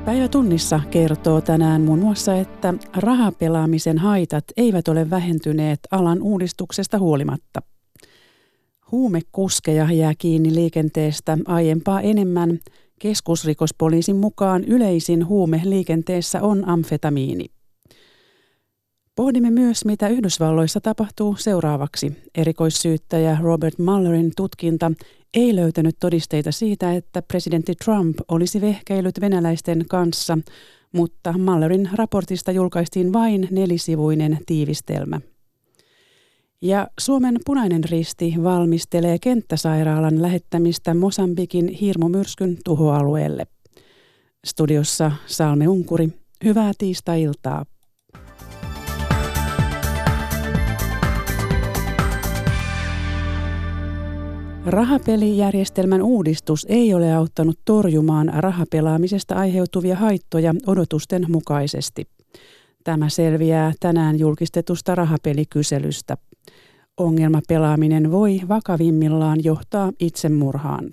Päivä tunnissa kertoo tänään muun muassa, että rahapelaamisen haitat eivät ole vähentyneet alan uudistuksesta huolimatta. Huumekuskeja jää kiinni liikenteestä aiempaa enemmän. Keskusrikospoliisin mukaan yleisin huume liikenteessä on amfetamiini. Pohdimme myös, mitä Yhdysvalloissa tapahtuu seuraavaksi. Erikoissyyttäjä Robert Muellerin tutkinta ei löytänyt todisteita siitä, että presidentti Trump olisi vehkeillyt venäläisten kanssa, mutta Muellerin raportista julkaistiin vain 4-sivuinen tiivistelmä. Ja Suomen Punainen Risti valmistelee kenttäsairaalan lähettämistä Mosambikin hirmumyrskyn tuhoalueelle. Studiossa Salme Unkuri. Hyvää tiistai-iltaa. Rahapelijärjestelmän uudistus ei ole auttanut torjumaan rahapelaamisesta aiheutuvia haittoja odotusten mukaisesti. Tämä selviää tänään julkistetusta rahapelikyselystä. Ongelmapelaaminen voi vakavimmillaan johtaa itsemurhaan.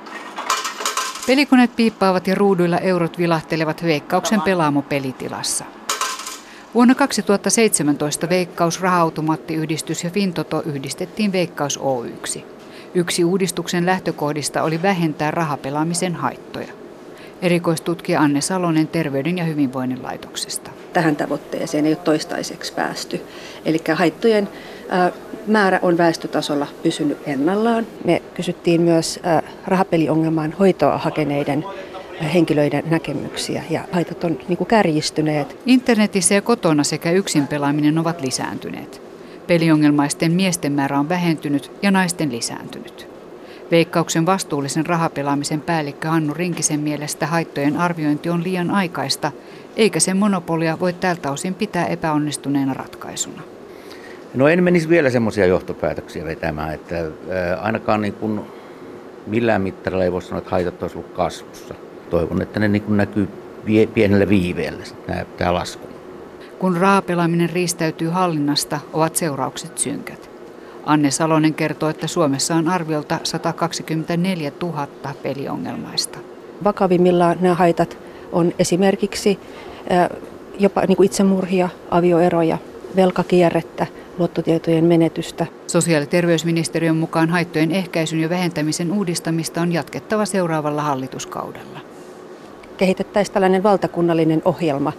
Pelikoneet piippaavat ja ruuduilla eurot vilahtelevat Veikkauksen pelaamo-pelitilassa. Vuonna 2017 Veikkaus, Raha-automaattiyhdistys ja Fintoto yhdistettiin Veikkaus Oy:ksi. Yksi uudistuksen lähtökohdista oli vähentää rahapelaamisen haittoja. Erikoistutkija Anne Salonen Terveyden ja hyvinvoinnin laitoksesta. Tähän tavoitteeseen ei ole toistaiseksi päästy. Eli haittojen määrä on väestötasolla pysynyt ennallaan. Me kysyttiin myös rahapeliongelmaan hoitoa hakeneiden henkilöiden näkemyksiä ja haitat on kärjistyneet. Internetissä ja kotona sekä yksin pelaaminen ovat lisääntyneet. Peliongelmaisten miesten määrä on vähentynyt ja naisten lisääntynyt. Veikkauksen vastuullisen rahapelaamisen päällikkö Hannu Rinkisen mielestä haittojen arviointi on liian aikaista, eikä sen monopolia voi tältä osin pitää epäonnistuneena ratkaisuna. No en menisi vielä semmoisia johtopäätöksiä vetämään, että ainakaan millään mittarilla ei voi sanoa, että haitat olisi ollut kasvussa. Toivon, että ne näkyy pienellä viiveellä tämä lasku. Kun rahapelaaminen riistäytyy hallinnasta, ovat seuraukset synkät. Anne Salonen kertoo, että Suomessa on arviolta 124 000 peliongelmaista. Vakavimmillaan nämä haitat on esimerkiksi jopa itsemurhia, avioeroja, velkakierrettä, luottotietojen menetystä. Sosiaali- ja terveysministeriön mukaan haittojen ehkäisyn ja vähentämisen uudistamista on jatkettava seuraavalla hallituskaudella. Kehitettäisiin tällainen valtakunnallinen ohjelma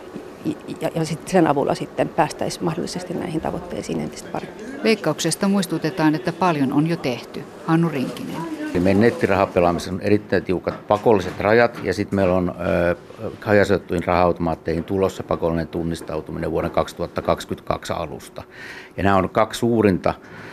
ja sen avulla sitten päästäisiin mahdollisesti näihin tavoitteisiin entistä paremmin. Veikkauksesta muistutetaan, että paljon on jo tehty. Hannu Rinkinen. Meidän nettirahapelaamisessa on erittäin tiukat pakolliset rajat ja sitten meillä on hajasijoittuihin raha-automaatteihin tulossa pakollinen tunnistautuminen vuoden 2022 alusta. Ja nämä on kaksi suurinta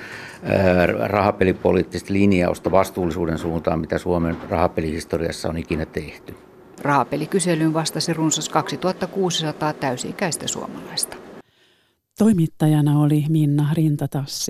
rahapelipoliittista linjausta vastuullisuuden suuntaan, mitä Suomen rahapelihistoriassa on ikinä tehty. Rahapelikyselyyn vastasi runsas 2600 täysi-ikäistä suomalaista. Toimittajana oli Minna Rintatassi.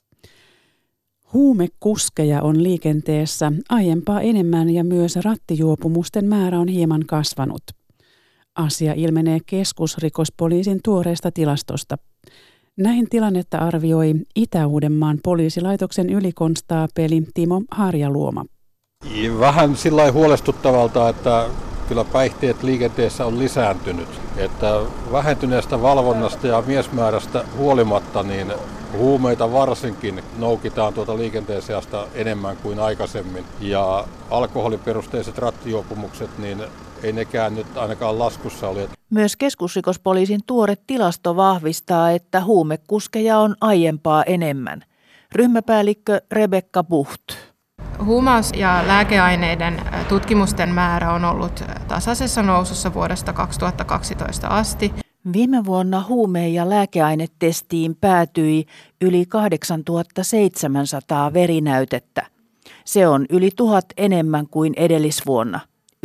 Huumekuskeja on liikenteessä aiempaa enemmän ja myös rattijuopumusten määrä on hieman kasvanut. Asia ilmenee keskusrikospoliisin tuoreesta tilastosta. Näin tilannetta arvioi Itä-Uudenmaan poliisilaitoksen ylikonstaapeli Timo Harjaluoma. Vähän sillä huolestuttavalta, että kyllä päihteet liikenteessä on lisääntynyt. Että vähentyneestä valvonnasta ja miesmäärästä huolimatta, niin huumeita varsinkin noukitaan tuota liikenteen seasta enemmän kuin aikaisemmin. Ja alkoholiperusteiset rattijuopumukset, niin ei nekään nyt ainakaan laskussa ole. Myös keskusrikospoliisin tuore tilasto vahvistaa, että huumekuskeja on aiempaa enemmän. Ryhmäpäällikkö Rebekka Bucht. Huumaus- ja lääkeaineiden tutkimusten määrä on ollut tasaisessa nousussa vuodesta 2012 asti. Viime vuonna huume- ja lääkeainetestiin päätyi yli 8700 verinäytettä. Se on yli 1000 enemmän kuin edellisvuonna.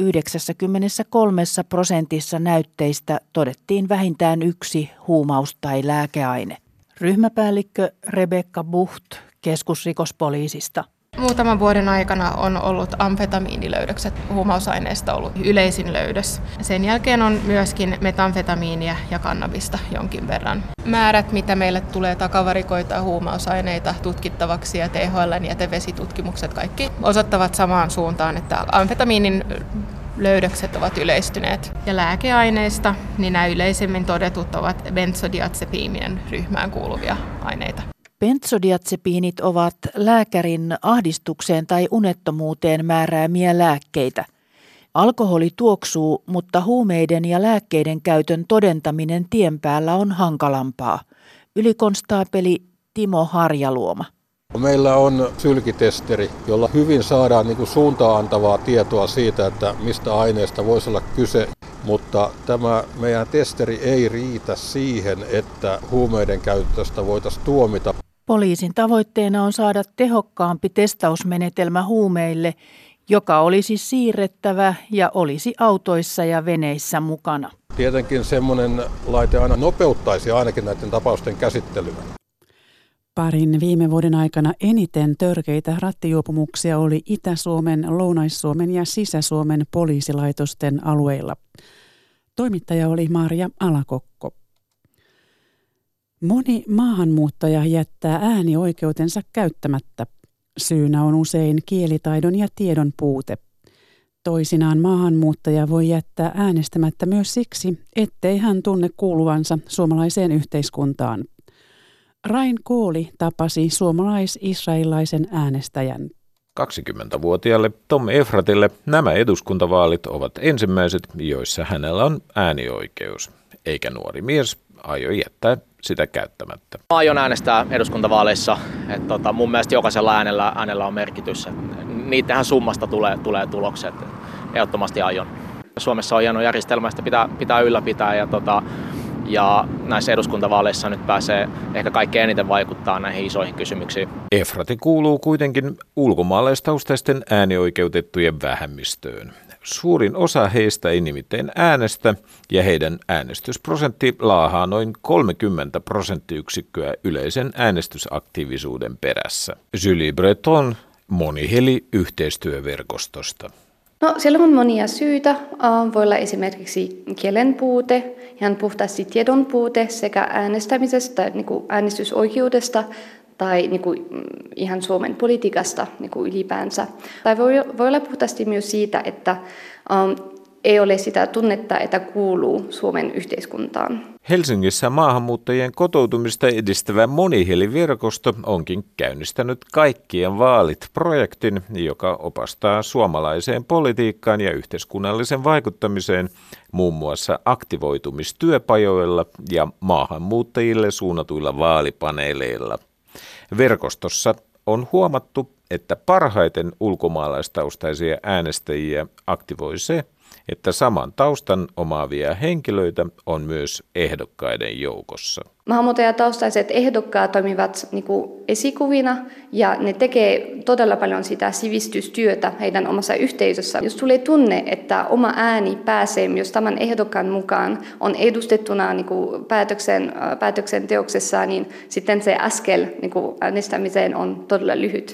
93% näytteistä todettiin vähintään yksi huumaus- tai lääkeaine. Ryhmäpäällikkö Rebekka Bucht keskusrikospoliisista. Muutaman vuoden aikana on ollut amfetamiinilöydökset huumausaineista ollut yleisin löydös. Sen jälkeen on myöskin metamfetamiinia ja kannabista jonkin verran. Määrät, mitä meille tulee takavarikoita huumausaineita tutkittavaksi ja THL:n jätevesitutkimukset, kaikki osoittavat samaan suuntaan, että amfetamiinin löydökset ovat yleistyneet. Ja lääkeaineista niin nämä yleisemmin todetut ovat benzodiazepiinien ryhmään kuuluvia aineita. Benzodiazepiinit ovat lääkärin ahdistukseen tai unettomuuteen määräämiä lääkkeitä. Alkoholi tuoksuu, mutta huumeiden ja lääkkeiden käytön todentaminen tien päällä on hankalampaa. Ylikonstaapeli Timo Harjaluoma. Meillä on sylkitesteri, jolla hyvin saadaan suuntaa antavaa tietoa siitä, että mistä aineesta voisi olla kyse. Mutta tämä meidän testeri ei riitä siihen, että huumeiden käytöstä voitaisiin tuomita. Poliisin tavoitteena on saada tehokkaampi testausmenetelmä huumeille, joka olisi siirrettävä ja olisi autoissa ja veneissä mukana. Tietenkin semmoinen laite aina nopeuttaisi ainakin näiden tapausten käsittelyä. Parin viime vuoden aikana eniten törkeitä rattijuopumuksia oli Itä-Suomen, Lounais-Suomen ja Sisä-Suomen poliisilaitosten alueilla. Toimittaja oli Marja Alakokko. Moni maahanmuuttaja jättää äänioikeutensa käyttämättä. Syynä on usein kielitaidon ja tiedon puute. Toisinaan maahanmuuttaja voi jättää äänestämättä myös siksi, ettei hän tunne kuuluvansa suomalaiseen yhteiskuntaan. Rain Kooli tapasi suomalais-israelilaisen äänestäjän. 20-vuotiaalle Tom Efratille nämä eduskuntavaalit ovat ensimmäiset, joissa hänellä on äänioikeus, eikä nuori mies aio jättää sitä käyttämättä. Mä aion äänestää eduskuntavaaleissa. Mun mielestä jokaisella äänellä on merkitys. Niitähän summasta tulee tulokset. Ehdottomasti aion. Suomessa on hieno järjestelmä, sitä pitää ylläpitää ja näissä eduskuntavaaleissa nyt pääsee ehkä kaikkein eniten vaikuttaa näihin isoihin kysymyksiin. Efrati kuuluu kuitenkin ulkomaalaistaustaisten äänioikeutettujen vähemmistöön. Suurin osa heistä ei nimittäin äänestä ja heidän äänestysprosentti laahaa noin 30% yleisen äänestysaktiivisuuden perässä. Julie Breton Moniheli-yhteistyöverkostosta. No, siellä on monia syitä. Voi olla esimerkiksi kielen puute, ihan puhtaasti tiedon puute sekä äänestämisestä, äänestysoikeudesta tai ihan Suomen politiikasta ylipäänsä. Tai voi olla puhtaasti myös siitä, että ei ole sitä tunnetta, että kuuluu Suomen yhteiskuntaan. Helsingissä maahanmuuttajien kotoutumista edistävä Moniheli-verkosto onkin käynnistänyt Kaikkien vaalit-projektin, joka opastaa suomalaiseen politiikkaan ja yhteiskunnallisen vaikuttamiseen muun muassa aktivoitumistyöpajoilla ja maahanmuuttajille suunnatuilla vaalipaneeleilla. Verkostossa on huomattu, että parhaiten ulkomaalaistaustaisia äänestäjiä aktivoi se, että saman taustan omaavia henkilöitä on myös ehdokkaiden joukossa. Maahanmuuttajataustaiset ehdokkaat toimivat esikuvina ja ne tekee todella paljon sitä sivistystyötä heidän omassa yhteisössä. Jos tulee tunne, että oma ääni pääsee myös tämän ehdokkaan mukaan, on edustettuna päätöksenteoksessa, niin sitten se askel äänestämiseen on todella lyhyt.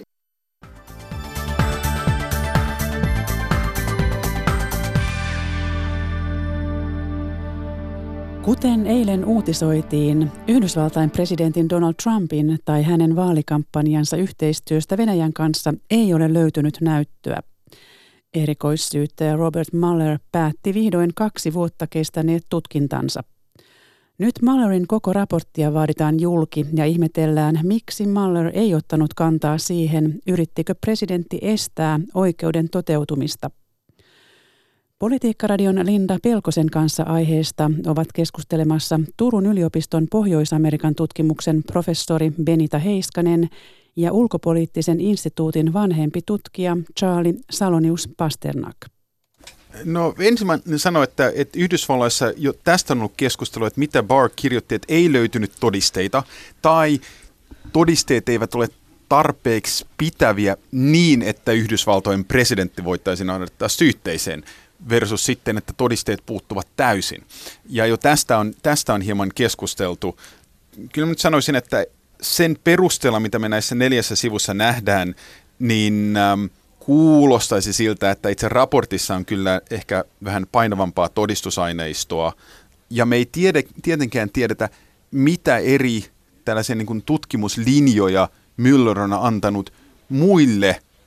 Kuten eilen uutisoitiin, Yhdysvaltain presidentin Donald Trumpin tai hänen vaalikampanjansa yhteistyöstä Venäjän kanssa ei ole löytynyt näyttöä. Erikoissyyttäjä Robert Mueller päätti vihdoin 2 vuotta kestäneet tutkintansa. Nyt Muellerin koko raporttia vaaditaan julki ja ihmetellään, miksi Mueller ei ottanut kantaa siihen, yrittikö presidentti estää oikeuden toteutumista. Politiikkaradion Linda Pelkosen kanssa aiheesta ovat keskustelemassa Turun yliopiston Pohjois-Amerikan tutkimuksen professori Benita Heiskanen ja ulkopoliittisen instituutin vanhempi tutkija Charlie Salonius-Pasternak. No ensimmäinen sanoi, että Yhdysvalloissa jo tästä on ollut keskustelua, että mitä Barr kirjoitti, että ei löytynyt todisteita tai todisteet eivät ole tarpeeksi pitäviä niin, että Yhdysvaltojen presidentti voitaisiin asettaa syytteeseen versus sitten, että todisteet puuttuvat täysin. Ja jo tästä on hieman keskusteltu. Kyllä nyt sanoisin, että sen perusteella, mitä me näissä 4 sivussa nähdään, niin kuulostaisi siltä, että itse raportissa on kyllä ehkä vähän painavampaa todistusaineistoa. Ja me ei tietenkään tiedetä, mitä eri tällaisia niin kuin tutkimuslinjoja Mueller on antanut muille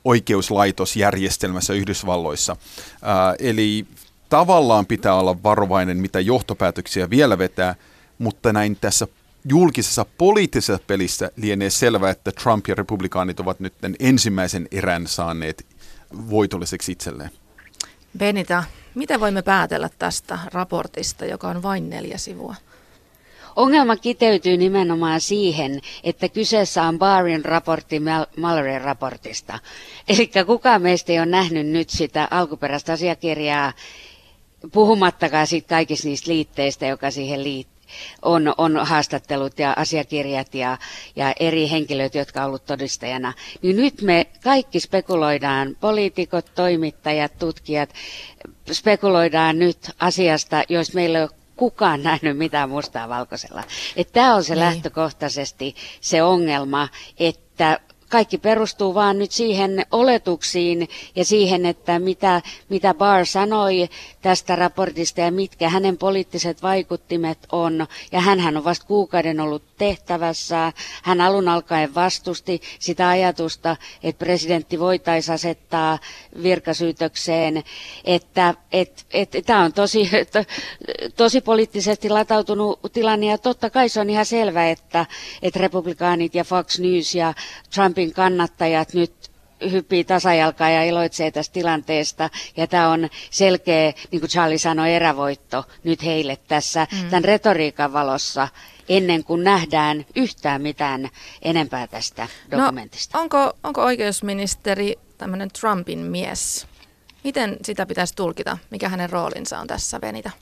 oikeuslaitosjärjestelmässä Yhdysvalloissa. Eli tavallaan pitää olla varovainen, mitä johtopäätöksiä vielä vetää, mutta näin tässä julkisessa poliittisessa pelissä lienee selvää, että Trump ja republikaanit ovat nyt ensimmäisen erän saaneet voitolliseksi itselleen. Benita, mitä voimme päätellä tästä raportista, joka on vain 4 sivua? Ongelma kiteytyy nimenomaan siihen, että kyseessä on Barrin raportti Mallorin raportista. Eli kukaan meistä ei ole nähnyt nyt sitä alkuperäistä asiakirjaa, puhumattakaan siitä kaikista niistä liitteistä, joka siihen on haastattelut ja asiakirjat ja eri henkilöt, jotka ovat olleet todistajana. Niin nyt me kaikki spekuloidaan, poliitikot, toimittajat, tutkijat, spekuloidaan nyt asiasta, jos meillä ei ole kukaan nähnyt mitään mustaa valkoisella. Tämä on se lähtökohtaisesti se ongelma, että kaikki perustuu vaan nyt siihen oletuksiin ja siihen, että mitä Barr sanoi tästä raportista ja mitkä hänen poliittiset vaikuttimet on. Ja hänhän on vasta kuukauden ollut tehtävässä. Hän alun alkaen vastusti sitä ajatusta, että presidentti voitaisiin asettaa virkasyytökseen. Että tämä on tosi poliittisesti latautunut tilanne ja totta kai se on ihan selvä, että republikaanit ja Fox News ja Trumpin kannattajat nyt hyppii tasajalkaa ja iloitsee tästä tilanteesta. Ja tämä on selkeä, niin kuin Charlie sanoi, erävoitto nyt heille tässä tämän retoriikan valossa, ennen kuin nähdään yhtään mitään enempää tästä dokumentista. No, onko oikeusministeri tämmöinen Trumpin mies? Miten sitä pitäisi tulkita? Mikä hänen roolinsa on tässä, Benita?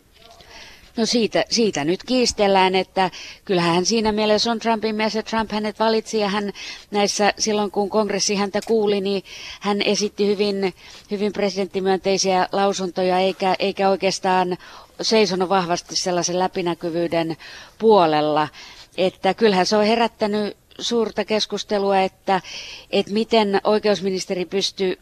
No siitä nyt kiistellään, että kyllähän hän siinä mielessä on Trumpin mies ja Trump hänet valitsi ja hän näissä silloin kun kongressi häntä kuuli, niin hän esitti hyvin presidenttimyönteisiä lausuntoja eikä oikeastaan seisonut vahvasti sellaisen läpinäkyvyyden puolella, että kyllähän se on herättänyt suurta keskustelua, että miten oikeusministeri pystyy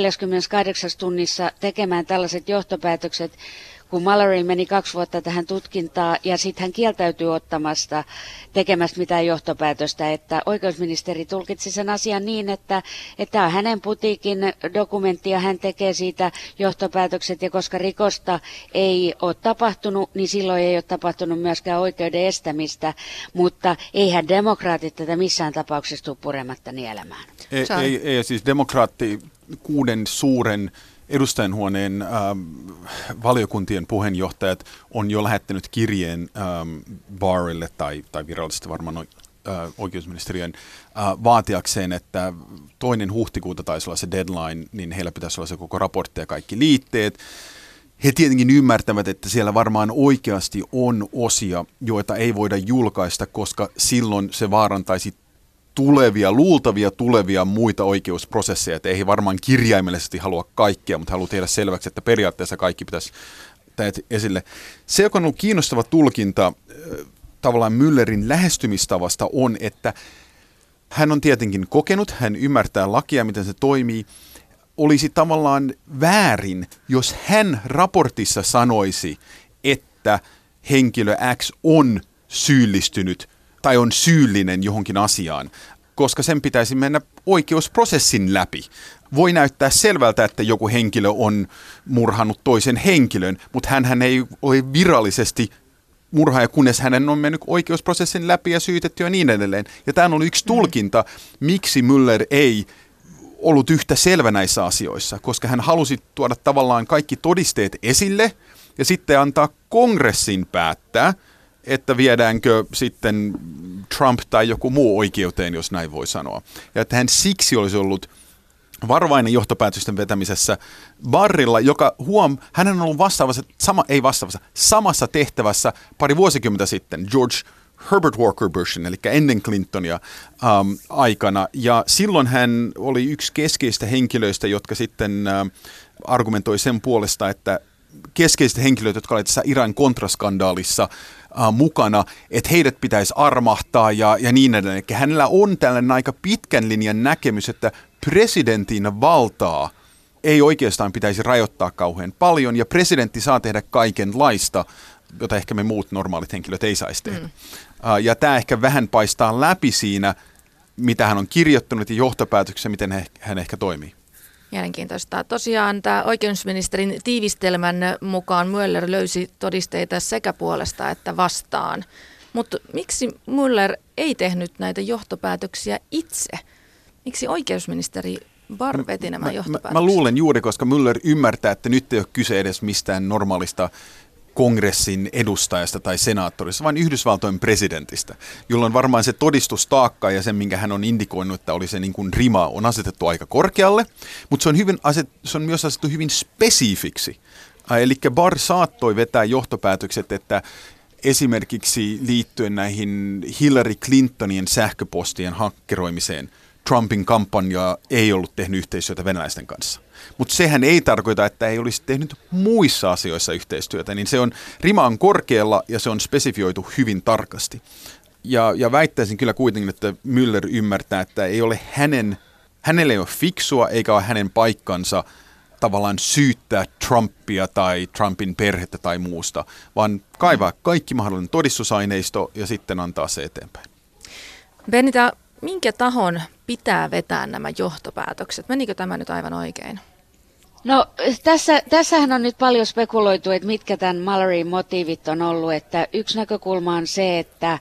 48 tunnissa tekemään tällaiset johtopäätökset, kun Mallory meni 2 vuotta tähän tutkintaan ja sitten hän kieltäytyi ottamasta tekemästä mitään johtopäätöstä, että oikeusministeri tulkitsi sen asian niin, että tämä on hänen putiikin dokumentti ja hän tekee siitä johtopäätökset ja koska rikosta ei ole tapahtunut, niin silloin ei ole tapahtunut myöskään oikeuden estämistä, mutta eihän demokraatit tätä missään tapauksessa tule purematta nielemään. Ei siis demokraatti 6 suuren edustajanhuoneen valiokuntien puheenjohtajat on jo lähettänyt kirjeen Barrille tai virallisesti varmaan oikeusministeriön vaatiakseen, että 2. huhtikuuta taisi olla se deadline, niin heillä pitäisi olla se koko raportti ja kaikki liitteet. He tietenkin ymmärtävät, että siellä varmaan oikeasti on osia, joita ei voida julkaista, koska silloin se vaarantaisi luultavia tulevia muita oikeusprosesseja, että ei he varmaan kirjaimellisesti halua kaikkea, mutta haluaa tehdä selväksi, että periaatteessa kaikki pitäisi tehdä esille. Se, joka on ollut kiinnostava tulkinta tavallaan Müllerin lähestymistavasta on, että hän on tietenkin kokenut, hän ymmärtää lakia, miten se toimii. Olisi tavallaan väärin, jos hän raportissa sanoisi, että henkilö X on syyllistynyt tai on syyllinen johonkin asiaan, koska sen pitäisi mennä oikeusprosessin läpi. Voi näyttää selvältä, että joku henkilö on murhannut toisen henkilön, mutta hän ei ole virallisesti murhaaja, kunnes hänen on mennyt oikeusprosessin läpi ja syytetty ja niin edelleen. Ja tämä on yksi tulkinta, miksi Mueller ei ollut yhtä selvä näissä asioissa, koska hän halusi tuoda tavallaan kaikki todisteet esille ja sitten antaa kongressin päättää, että viedäänkö sitten Trump tai joku muu oikeuteen, jos näin voi sanoa. Ja että hän siksi olisi ollut varovainen johtopäätösten vetämisessä Barrilla, joka hän on ollut samassa tehtävässä pari vuosikymmentä sitten George Herbert Walker Bushin, eli ennen Clintonia aikana. Ja silloin hän oli yksi keskeistä henkilöistä, jotka sitten argumentoi sen puolesta, että keskeiset henkilöt, jotka olivat tässä Iran kontraskandaalissa mukana, että heidät pitäisi armahtaa ja niin edelleen. Eli hänellä on tällainen aika pitkän linjan näkemys, että presidentin valtaa ei oikeastaan pitäisi rajoittaa kauhean paljon, ja presidentti saa tehdä kaikenlaista, jota ehkä me muut normaalit henkilöt ei saisi tehdä. Ja tämä ehkä vähän paistaa läpi siinä mitä hän on kirjoittanut ja johtopäätöksiä, miten hän ehkä toimii. Mielenkiintoista. Tosiaan tämä oikeusministerin tiivistelmän mukaan Mueller löysi todisteita sekä puolesta että vastaan. Mutta miksi Mueller ei tehnyt näitä johtopäätöksiä itse? Miksi oikeusministeri Barr veti nämä johtopäätökset? Mä luulen juuri, koska Mueller ymmärtää, että nyt ei ole kyse edes mistään normaalista kongressin edustajasta tai senaattorista, vaan Yhdysvaltojen presidentistä, jolloin varmaan se todistustaakka ja se, minkä hän on indikoinut, että oli se niin kuin rima, on asetettu aika korkealle, mutta se on myös asetettu hyvin spesifiksi. Eli Barr saattoi vetää johtopäätökset, että esimerkiksi liittyen näihin Hillary Clintonin sähköpostien hakkeroimiseen, Trumpin kampanja ei ollut tehnyt yhteistyötä venäläisten kanssa. Mutta sehän ei tarkoita, että ei olisi tehnyt muissa asioissa yhteistyötä, niin rima on korkealla ja se on spesifioitu hyvin tarkasti. Ja väittäisin kyllä kuitenkin, että Mueller ymmärtää, että ei ole hänelle ei ole fiksua eikä ole hänen paikkansa tavallaan syyttää Trumpia tai Trumpin perhettä tai muusta, vaan kaivaa kaikki mahdollinen todistusaineisto ja sitten antaa se eteenpäin. Benita, minkä tahon pitää vetää nämä johtopäätökset? Menikö tämä nyt aivan oikein? No tässähän on nyt paljon spekuloitu, että mitkä tämän Mullerin motiivit on ollut. Että yksi näkökulma on se,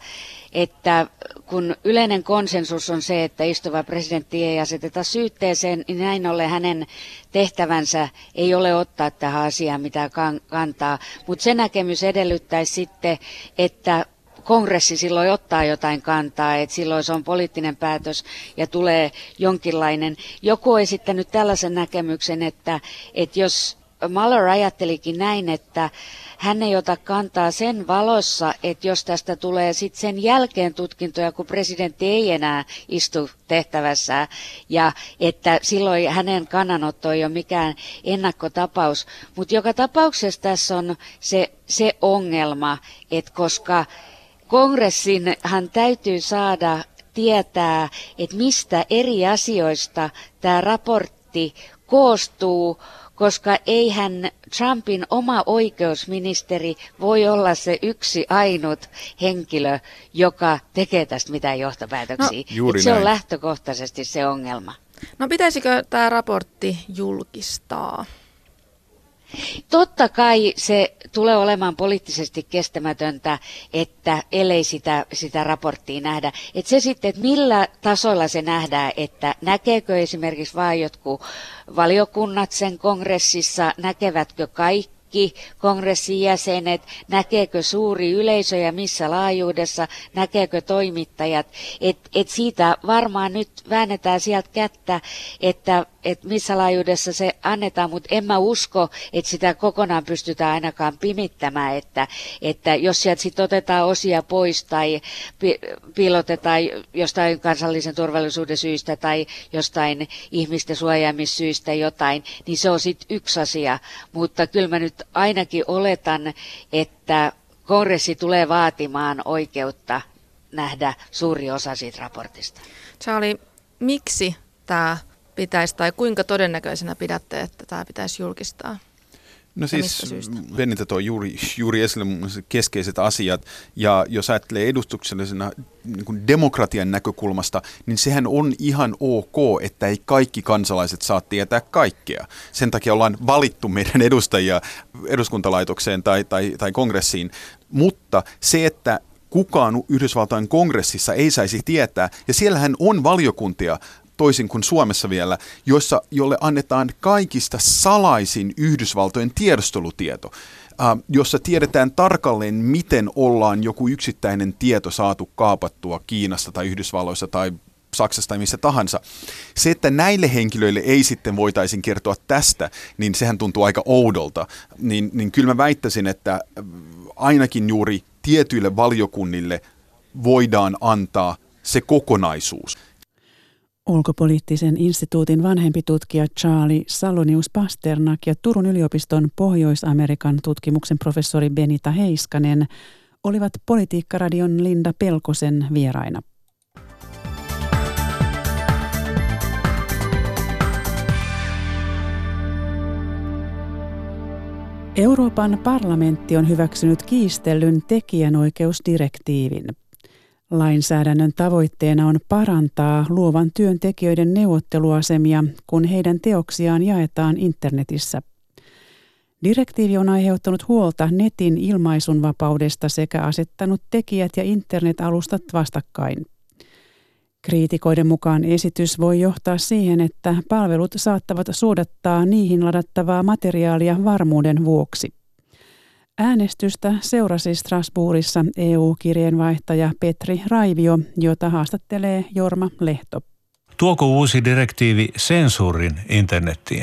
että kun yleinen konsensus on se, että istuva presidentti ei aseteta syytteeseen, niin näin ollen hänen tehtävänsä ei ole ottaa tähän asiaan mitään kantaa. Mutta se näkemys edellyttäisi sitten, että kongressi silloin ottaa jotain kantaa, että silloin se on poliittinen päätös ja tulee jonkinlainen. Joku on esittänyt tällaisen näkemyksen, että jos Mueller ajattelikin näin, että hän ei ota kantaa sen valossa, että jos tästä tulee sitten sen jälkeen tutkintoja, kun presidentti ei enää istu tehtävässä ja että silloin hänen kannanotto ei ole mikään ennakkotapaus. Mutta joka tapauksessa tässä on se ongelma, että koska kongressinhan täytyy saada tietää, että mistä eri asioista tämä raportti koostuu, koska eihän Trumpin oma oikeusministeri voi olla se yksi ainut henkilö, joka tekee tästä mitään johtopäätöksiä. No, se on lähtökohtaisesti se ongelma. No pitäisikö tämä raportti julkistaa? Totta kai se tulee olemaan poliittisesti kestämätöntä, että ellei sitä raporttia nähdä. Että se sitten, että millä tasolla se nähdään, että näkeekö esimerkiksi vain jotkut valiokunnat sen kongressissa, näkevätkö kaikki kongressin jäsenet, näkeekö suuri yleisö ja missä laajuudessa, näkeekö toimittajat. Et siitä varmaan nyt väännetään sieltä kättä, että missä laajuudessa se annetaan, mutta en mä usko, että sitä kokonaan pystytään ainakaan pimittämään, että jos sieltä sitten otetaan osia pois tai piilotetaan jostain kansallisen turvallisuuden syistä tai jostain ihmisten suojaamissyistä jotain, niin se on sitten yksi asia, mutta kyllä mä nyt ainakin oletan, että kongressi tulee vaatimaan oikeutta nähdä suuri osa siitä raportista. Charlie, miksi tämä pitäisi, tai kuinka todennäköisenä pidätte, että tämä pitäisi julkistaa? No siis Benita toi juuri esille keskeiset asiat, ja jos ajattelee edustuksellisena niin kuin demokratian näkökulmasta, niin sehän on ihan ok, että ei kaikki kansalaiset saa tietää kaikkea. Sen takia ollaan valittu meidän edustajia eduskuntalaitokseen tai kongressiin, mutta se, että kukaan Yhdysvaltain kongressissa ei saisi tietää, ja siellähän on valiokuntia, toisin kuin Suomessa vielä, jolle annetaan kaikista salaisin Yhdysvaltojen tiedustelutieto, jossa tiedetään tarkalleen, miten ollaan joku yksittäinen tieto saatu kaapattua Kiinasta tai Yhdysvalloissa tai Saksasta tai missä tahansa. Se, että näille henkilöille ei sitten voitaisiin kertoa tästä, niin sehän tuntuu aika oudolta. Niin kyllä mä väittäisin, että ainakin juuri tietyille valiokunnille voidaan antaa se kokonaisuus. Ulkopoliittisen instituutin vanhempi tutkija Charlie Salonius-Pasternak ja Turun yliopiston Pohjois-Amerikan tutkimuksen professori Benita Heiskanen olivat Politiikkaradion Linda Pelkosen vieraina. Euroopan parlamentti on hyväksynyt kiistellyn tekijänoikeusdirektiivin. Lainsäädännön tavoitteena on parantaa luovan työntekijöiden neuvotteluasemia, kun heidän teoksiaan jaetaan internetissä. Direktiivi on aiheuttanut huolta netin ilmaisunvapaudesta sekä asettanut tekijät ja internetalustat vastakkain. Kriitikoiden mukaan esitys voi johtaa siihen, että palvelut saattavat suodattaa niihin ladattavaa materiaalia varmuuden vuoksi. Äänestystä seurasi Strasbourgissa EU-kirjeenvaihtaja Petri Raivio, jota haastattelee Jorma Lehto. Tuoko uusi direktiivi sensuurin internettiin?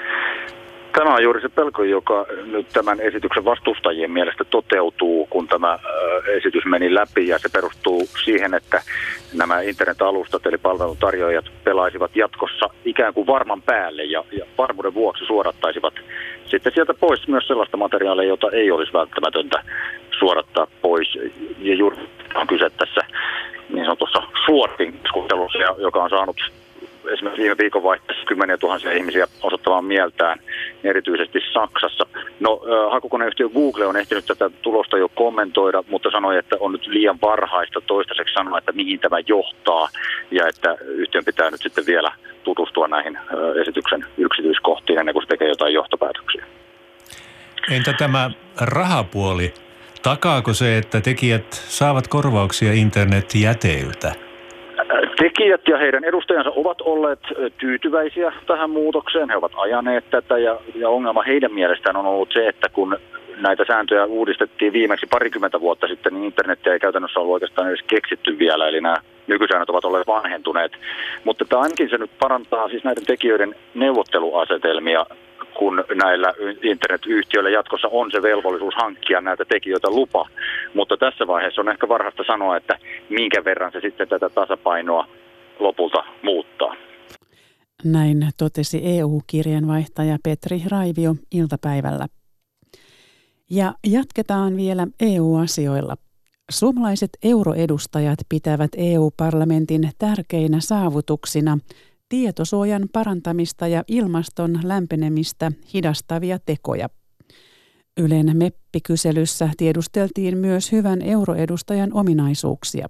Tämä on juuri se pelko, joka nyt tämän esityksen vastustajien mielestä toteutuu, kun tämä esitys meni läpi, ja se perustuu siihen, että nämä internet-alustat eli palveluntarjoajat pelaisivat jatkossa ikään kuin varman päälle ja varmuuden vuoksi suodattaisivat sitten sieltä pois myös sellaista materiaalia, jota ei olisi välttämätöntä suodattaa pois. Ja juuri on kyse tässä niin sanotussa swording-keskustelussa, joka on saanut esimerkiksi viime viikonvaihteessa 10 000 ihmisiä osoittamaan mieltään, erityisesti Saksassa. No, hakukoneyhtiö Google on ehtinyt tätä tulosta jo kommentoida, mutta sanoi, että on nyt liian varhaista toistaiseksi sanoa, että mihin tämä johtaa, ja että yhtiön pitää nyt sitten vielä tutustua näihin esityksen yksityiskohtiin ennen kuin se tekee jotain johtopäätöksiä. Entä tämä rahapuoli? Takaako se, että tekijät saavat korvauksia internetjäteiltä? Tekijät ja heidän edustajansa ovat olleet tyytyväisiä tähän muutokseen. He ovat ajaneet tätä ja ongelma heidän mielestään on ollut se, että kun näitä sääntöjä uudistettiin viimeksi 20 vuotta sitten, niin internetiä ei käytännössä ollut oikeastaan edes keksitty vielä, eli nämä nykysäännöt ovat olleet vanhentuneet. Mutta ainakin se nyt parantaa siis näiden tekijöiden neuvotteluasetelmia, kun näillä internetyhtiöillä jatkossa on se velvollisuus hankkia näitä tekijöitä lupa. Mutta tässä vaiheessa on ehkä varhaista sanoa, että minkä verran se sitten tätä tasapainoa lopulta muuttaa. Näin totesi EU-kirjeenvaihtaja Petri Raivio iltapäivällä. Ja jatketaan vielä EU-asioilla. Suomalaiset euroedustajat pitävät EU-parlamentin tärkeinä saavutuksina tietosuojan parantamista ja ilmaston lämpenemistä hidastavia tekoja. Ylen MEPPI-kyselyssä tiedusteltiin myös hyvän euroedustajan ominaisuuksia.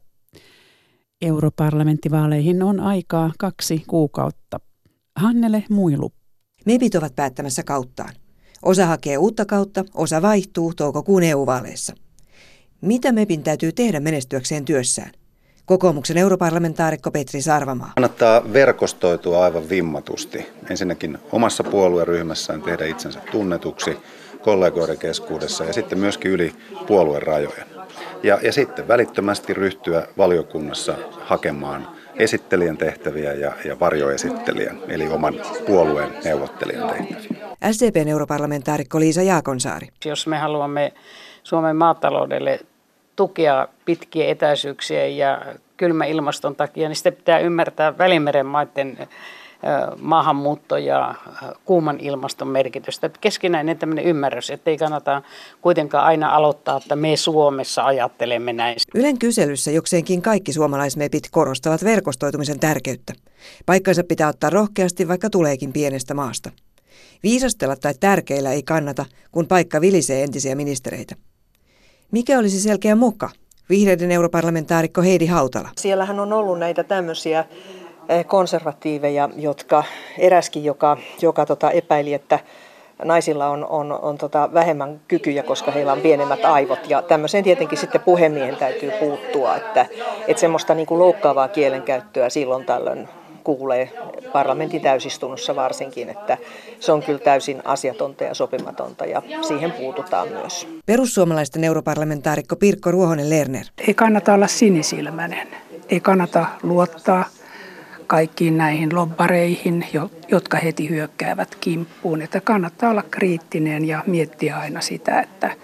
Europarlamenttivaaleihin on aikaa 2 kuukautta. Hannele Muilu. MEPit ovat päättämässä kauttaan. Osa hakee uutta kautta, osa vaihtuu toukokuun EU-vaaleissa. Mitä MEPin täytyy tehdä menestyäkseen työssään? Kokoomuksen europarlamentaarikko Petri Sarvamaa. Kannattaa verkostoitua aivan vimmatusti. Ensinnäkin omassa puolueryhmässään tehdä itsensä tunnetuksi kollegoiden keskuudessa ja sitten myöskin yli puoluerajojen. Ja sitten välittömästi ryhtyä valiokunnassa hakemaan esittelijän tehtäviä ja varjoesittelijän, eli oman puolueen neuvottelijan tehtäviä. SDP:n europarlamentaarikko Liisa Jaakonsaari. Jos me haluamme Suomen maataloudelle tukea pitkiä etäisyyksiä ja kylmän ilmaston takia, niin sitten pitää ymmärtää Välimeren maiden maahanmuutto ja kuuman ilmaston merkitystä. Keskinäinen tämmöinen ymmärrys, että ei kannata kuitenkaan aina aloittaa, että me Suomessa ajattelemme näin. Ylen kyselyssä jokseenkin kaikki suomalaismepit korostavat verkostoitumisen tärkeyttä. Paikkansa pitää ottaa rohkeasti, vaikka tuleekin pienestä maasta. Viisastella tai tärkeillä ei kannata, kun paikka vilisee entisiä ministereitä. Mikä olisi selkeä moka? Vihreiden europarlamentaarikko Heidi Hautala. Siellähän on ollut näitä tämmöisiä konservatiiveja, jotka eräskin, joka epäili, että naisilla on vähemmän kykyjä, koska heillä on pienemmät aivot. Ja tämmöiseen tietenkin sitten puhemiehen täytyy puuttua, että semmoista niin kuin loukkaavaa kielenkäyttöä silloin tällöin kuulee parlamentin täysistunnossa varsinkin, että se on kyllä täysin asiatonta ja sopimatonta ja siihen puututaan myös. Perussuomalaisten europarlamentaarikko Pirkko Ruohonen-Lerner. Ei kannata olla sinisilmäinen. Ei kannata luottaa kaikkiin näihin lobbareihin, jotka heti hyökkäävät kimppuun. Että kannattaa olla kriittinen ja miettiä aina sitä, että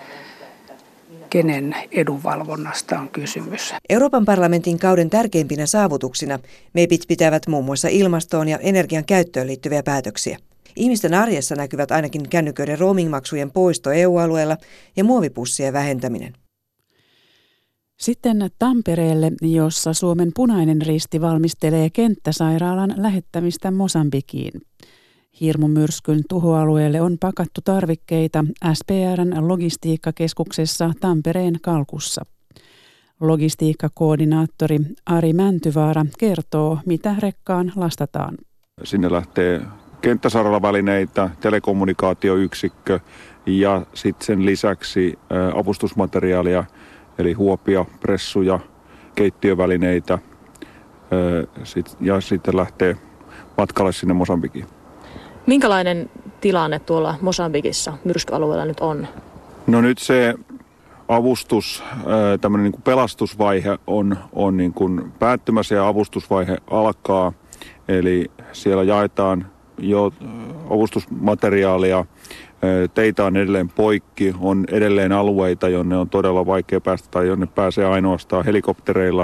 kenen edunvalvonnasta on kysymys. Euroopan parlamentin kauden tärkeimpinä saavutuksina MEPit pitävät muun muassa ilmastoon ja energian käyttöön liittyviä päätöksiä. Ihmisten arjessa näkyvät ainakin kännyköiden roaming-maksujen poisto EU-alueella ja muovipussien vähentäminen. Sitten Tampereelle, jossa Suomen Punainen Risti valmistelee kenttäsairaalan lähettämistä Mosambikiin. Hirmumyrskyn tuhoalueelle on pakattu tarvikkeita SPR:n logistiikkakeskuksessa Tampereen Kalkussa. Logistiikkakoordinaattori Ari Mäntyvaara kertoo, mitä rekkaan lastataan. Sinne lähtee kenttäsairaalavälineitä, telekommunikaatioyksikkö ja sitten sen lisäksi avustusmateriaalia, eli huopia, pressuja, keittiövälineitä ja sitten lähtee matkalle sinne Mosambikiin. Minkälainen tilanne tuolla Mosambikissa myrskyalueella nyt on? No nyt se avustus, tämmöinen niin kuin pelastusvaihe on niin kuin päättymässä ja avustusvaihe alkaa. Eli siellä jaetaan jo avustusmateriaalia, teitä on edelleen poikki, on edelleen alueita, jonne on todella vaikea päästä tai jonne pääsee ainoastaan helikoptereilla,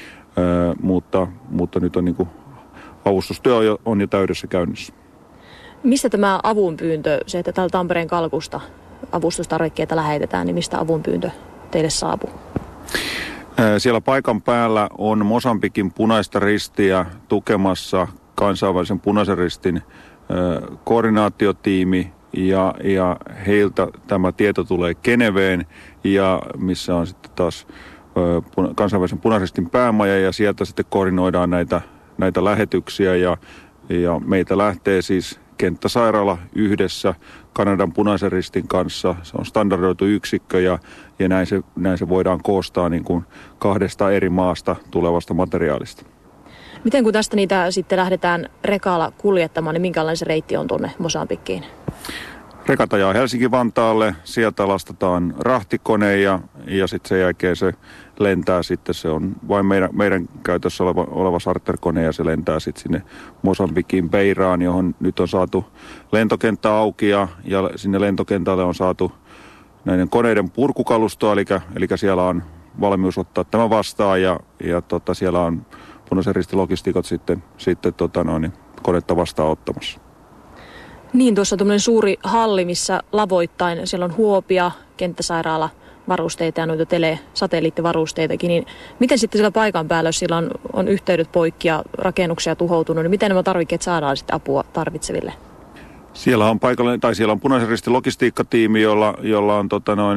mutta nyt on niin kuin avustustyö on jo täydessä käynnissä. Mistä tämä avunpyyntö, se että täällä Tampereen Kalkusta avustustarvikkeita lähetetään, niin mistä avunpyyntö teille saapuu? Siellä paikan päällä on Mosambikin Punaista Ristiä tukemassa kansainvälisen Punaisen Ristin koordinaatiotiimi ja heiltä tämä tieto tulee Geneveen ja missä on sitten taas kansainvälisen Punaisen Ristin päämaja ja sieltä sitten koordinoidaan näitä lähetyksiä ja meitä lähtee siis kenttäsairaala yhdessä Kanadan Punaisen Ristin kanssa. Se on standardoitu yksikkö ja näin se voidaan koostaa niin kuin 2 eri maasta tulevasta materiaalista. Miten kun tästä niitä sitten lähdetään rekalla kuljettamaan, niin minkälainen se reitti on tuonne Mosambikkiin? Rekat ajaa Helsinki-Vantaalle, sieltä lastataan rahtikone ja sitten sen jälkeen se lentää sitten, se on vain meidän käytössä oleva charterkone ja se lentää sitten sinne Mosambikin Beiraan, johon nyt on saatu lentokenttä auki ja sinne lentokentälle on saatu näiden koneiden purkukalustoa, eli siellä on valmius ottaa tämä vastaan ja siellä on Punaisen Ristin logistiikot sitten konetta vastaan ottamassa. Niin, tuossa on tuommoinen suuri halli, missä lavoittain siellä on huopia, kenttäsairaala, varusteita ja noita satelliittivarusteitakin, niin miten sitten siellä paikan päällä, jos siellä on yhteydet poikki ja rakennuksia tuhoutunut, niin miten nämä tarvikkeet saadaan sitten apua tarvitseville? Siellä on Punaisen Ristin logistiikkatiimi, jolla on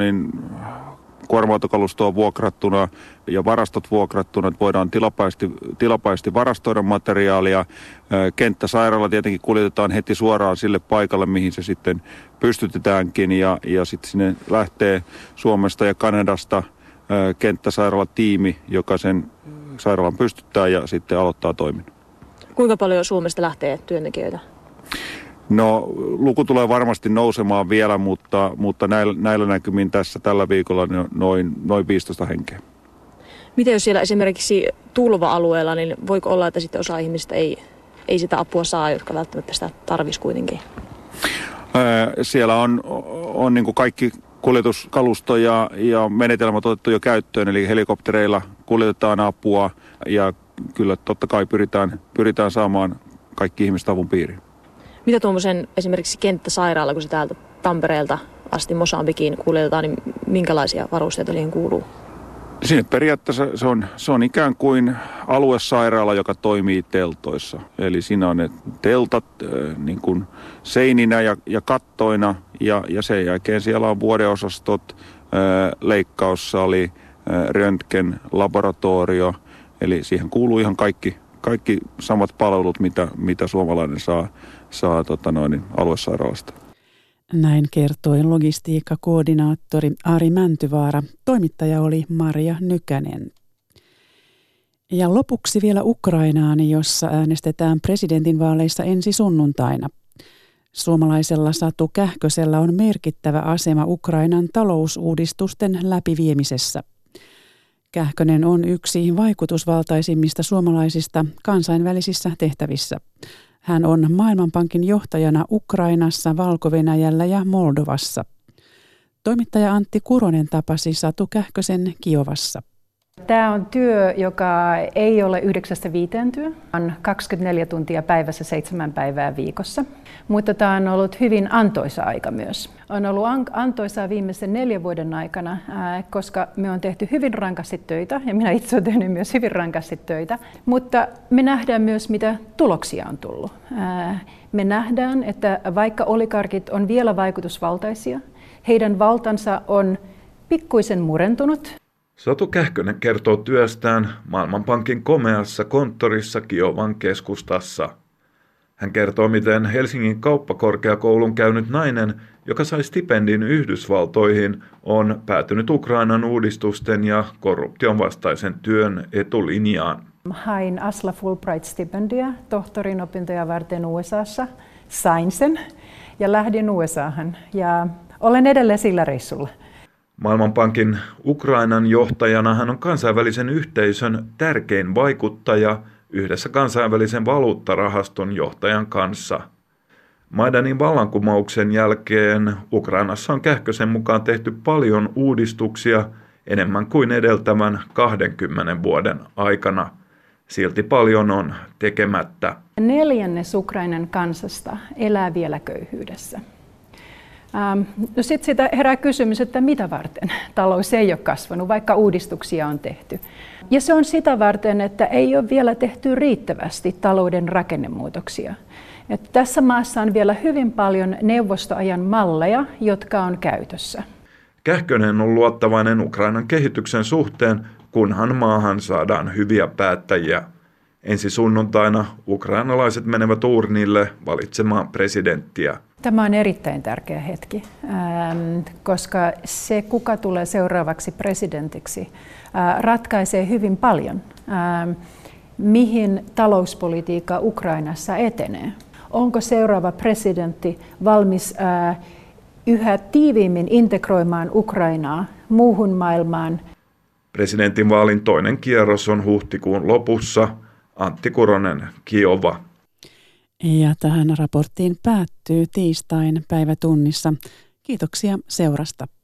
kuorma-autokalustoa vuokrattuna ja varastot vuokrattuna, että voidaan tilapäisesti varastoida materiaalia. Kenttäsairaala tietenkin kuljetetaan heti suoraan sille paikalle, mihin se sitten pystytetäänkin ja sitten sinne lähtee Suomesta ja Kanadasta kenttäsairaalatiimi, joka sen sairaalan pystyttää ja sitten aloittaa toiminnan. Kuinka paljon Suomesta lähtee työntekijöitä? No, luku tulee varmasti nousemaan vielä, mutta näillä näkymin tässä tällä viikolla noin 15 henkeä. Miten jos siellä esimerkiksi tulva-alueella, niin voiko olla, että sitten osa ihmistä ei sitä apua saa, jotka välttämättä sitä tarvitsisi kuitenkin? Siellä on niin kuin kaikki kuljetuskalusto ja menetelmät otettu jo käyttöön, eli helikoptereilla kuljetetaan apua ja kyllä totta kai pyritään saamaan kaikki ihmiset avun piiriin. Mitä tuommoisen esimerkiksi kenttäsairaala, kun se täältä Tampereelta asti Mosambikiin kuljetetaan, niin minkälaisia varusteita siihen kuuluu? Siinä periaatteessa se on ikään kuin aluesairaala, joka toimii teltoissa. Eli siinä on ne teltat niin kuin seininä ja kattoina ja sen jälkeen siellä on vuodeosastot, leikkaussali, röntgen, laboratorio. Eli siihen kuuluu ihan kaikki samat palvelut, mitä suomalainen saa aluesairaalasta. Näin kertoi logistiikkakoordinaattori Ari Mäntyvaara. Toimittaja oli Maria Nykänen. Ja lopuksi vielä Ukrainaan, jossa äänestetään presidentinvaaleissa ensi sunnuntaina. Suomalaisella Satu Kähkösellä on merkittävä asema Ukrainan talousuudistusten läpiviemisessä. Kähkönen on yksi vaikutusvaltaisimmista suomalaisista kansainvälisissä tehtävissä. Hän on Maailmanpankin johtajana Ukrainassa, Valko-Venäjällä ja Moldovassa. Toimittaja Antti Kuronen tapasi Satu Kähkösen Kiovassa. Tämä on työ, joka ei ole 9–5 työ. On 24 tuntia päivässä 7 päivää viikossa. Mutta tämä on ollut hyvin antoisa aika myös. On ollut antoisaa viimeisen 4 vuoden aikana, koska me on tehty hyvin rankasti töitä ja minä itse olen tehnyt myös hyvin rankasti töitä. Mutta me nähdään myös, mitä tuloksia on tullut. Me nähdään, että vaikka oligarkit on vielä vaikutusvaltaisia, heidän valtansa on pikkuisen murentunut. Satu Kähkönen kertoo työstään Maailmanpankin komeassa konttorissa Kiovan keskustassa. Hän kertoo, miten Helsingin kauppakorkeakoulun käynyt nainen, joka sai stipendin Yhdysvaltoihin, on päätynyt Ukrainan uudistusten ja korruption vastaisen työn etulinjaan. Hain Asla Fulbright-stipendia tohtorin opintoja varten USAssa. Sain sen ja lähdin USAhan ja olen edelleen sillä reissulla. Maailmanpankin Ukrainan johtajana hän on kansainvälisen yhteisön tärkein vaikuttaja yhdessä kansainvälisen valuuttarahaston johtajan kanssa. Maidanin vallankumouksen jälkeen Ukrainassa on Kähkösen mukaan tehty paljon uudistuksia enemmän kuin edeltävän 20 vuoden aikana. Silti paljon on tekemättä. 1/4 Ukrainan kansasta elää vielä köyhyydessä. No sitten sitä herää kysymys, että mitä varten talous ei ole kasvanut, vaikka uudistuksia on tehty. Ja se on sitä varten, että ei ole vielä tehty riittävästi talouden rakennemuutoksia. Että tässä maassa on vielä hyvin paljon neuvostoajan malleja, jotka on käytössä. Kähkönen on luottavainen Ukrainan kehityksen suhteen, kunhan maahan saadaan hyviä päättäjiä. Ensi sunnuntaina ukrainalaiset menevät urnille valitsemaan presidenttiä. Tämä on erittäin tärkeä hetki, koska se, kuka tulee seuraavaksi presidentiksi, ratkaisee hyvin paljon, mihin talouspolitiikka Ukrainassa etenee. Onko seuraava presidentti valmis yhä tiiviimmin integroimaan Ukrainaa muuhun maailmaan? Presidentinvaalin toinen kierros on huhtikuun lopussa. Antti Kuronen, Kiova. Ja tähän raporttiin päättyy tiistain päivätunnissa. Kiitoksia seurasta.